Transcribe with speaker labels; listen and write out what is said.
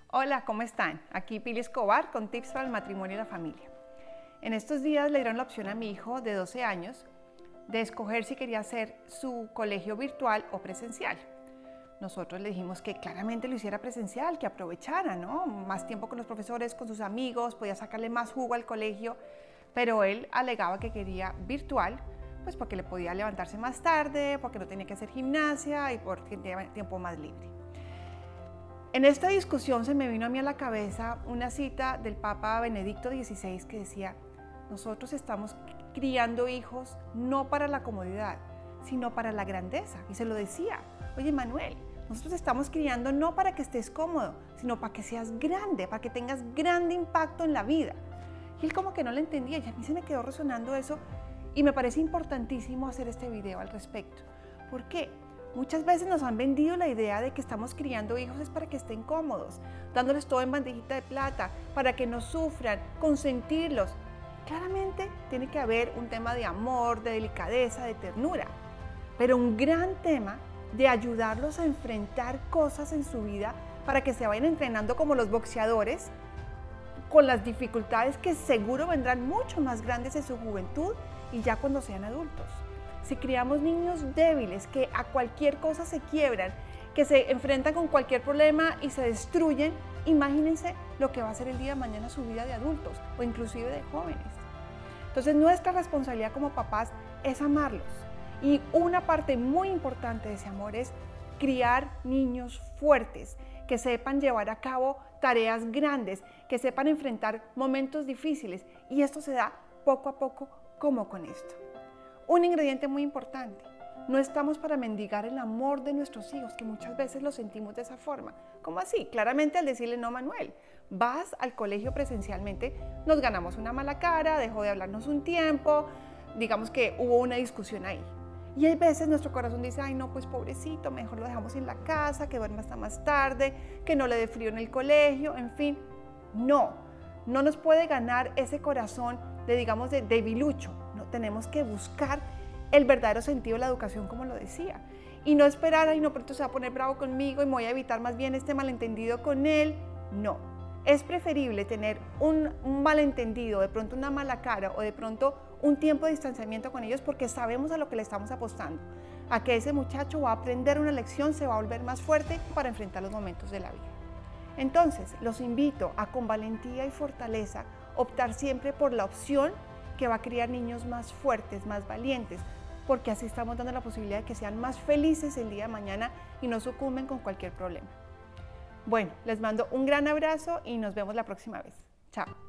Speaker 1: Hola, ¿cómo están? Aquí Pili Escobar con tips para el matrimonio y la familia. En estos días le dieron la opción a mi hijo de 12 años de escoger si quería hacer su colegio virtual o presencial. Nosotros le dijimos que claramente lo hiciera presencial, que aprovechara, ¿no? Más tiempo con los profesores, con sus amigos, podía sacarle más jugo al colegio, pero él alegaba que quería virtual, pues porque le podía levantarse más tarde, porque no tenía que hacer gimnasia y porque tenía tiempo más libre. En esta discusión se me vino a mí a la cabeza una cita del Papa Benedicto XVI que decía: nosotros estamos criando hijos no para la comodidad, sino para la grandeza. Y se lo decía: oye, Manuel, nosotros estamos criando no para que estés cómodo, sino para que seas grande, para que tengas grande impacto en la vida. Y él como que no lo entendía, y a mí se me quedó resonando eso, y me parece importantísimo hacer este video al respecto. ¿Por qué? Muchas veces nos han vendido la idea de que estamos criando hijos es para que estén cómodos, dándoles todo en bandejita de plata, para que no sufran, consentirlos. Claramente tiene que haber un tema de amor, de delicadeza, de ternura, pero un gran tema de ayudarlos a enfrentar cosas en su vida para que se vayan entrenando como los boxeadores, con las dificultades que seguro vendrán mucho más grandes en su juventud y ya cuando sean adultos. Si criamos niños débiles que a cualquier cosa se quiebran, que se enfrentan con cualquier problema y se destruyen, imagínense lo que va a ser el día de mañana su vida de adultos o inclusive de jóvenes. Entonces nuestra responsabilidad como papás es amarlos, y una parte muy importante de ese amor es criar niños fuertes, que sepan llevar a cabo tareas grandes, que sepan enfrentar momentos difíciles, y esto se da poco a poco como con esto. Un ingrediente muy importante: no estamos para mendigar el amor de nuestros hijos, que muchas veces lo sentimos de esa forma. ¿Cómo así? Claramente al decirle: no, Manuel, vas al colegio presencialmente, nos ganamos una mala cara, dejó de hablarnos un tiempo, digamos que hubo una discusión ahí. Y hay veces nuestro corazón dice: ay no, pues pobrecito, mejor lo dejamos en la casa, que duerma hasta más tarde, que no le dé frío en el colegio, en fin. No nos puede ganar ese corazón de, digamos, de debilucho. No, tenemos que buscar el verdadero sentido de la educación, como lo decía, y no esperar: ay no, pronto se va a poner bravo conmigo y me voy a evitar más bien este malentendido con él. No, es preferible tener un malentendido, de pronto una mala cara o de pronto un tiempo de distanciamiento con ellos, porque sabemos a lo que le estamos apostando, a que ese muchacho va a aprender una lección, se va a volver más fuerte para enfrentar los momentos de la vida. Entonces, los invito a, con valentía y fortaleza, optar siempre por la opción que va a criar niños más fuertes, más valientes, porque así estamos dando la posibilidad de que sean más felices el día de mañana y no sucumben con cualquier problema. Bueno, les mando un gran abrazo y nos vemos la próxima vez. Chao.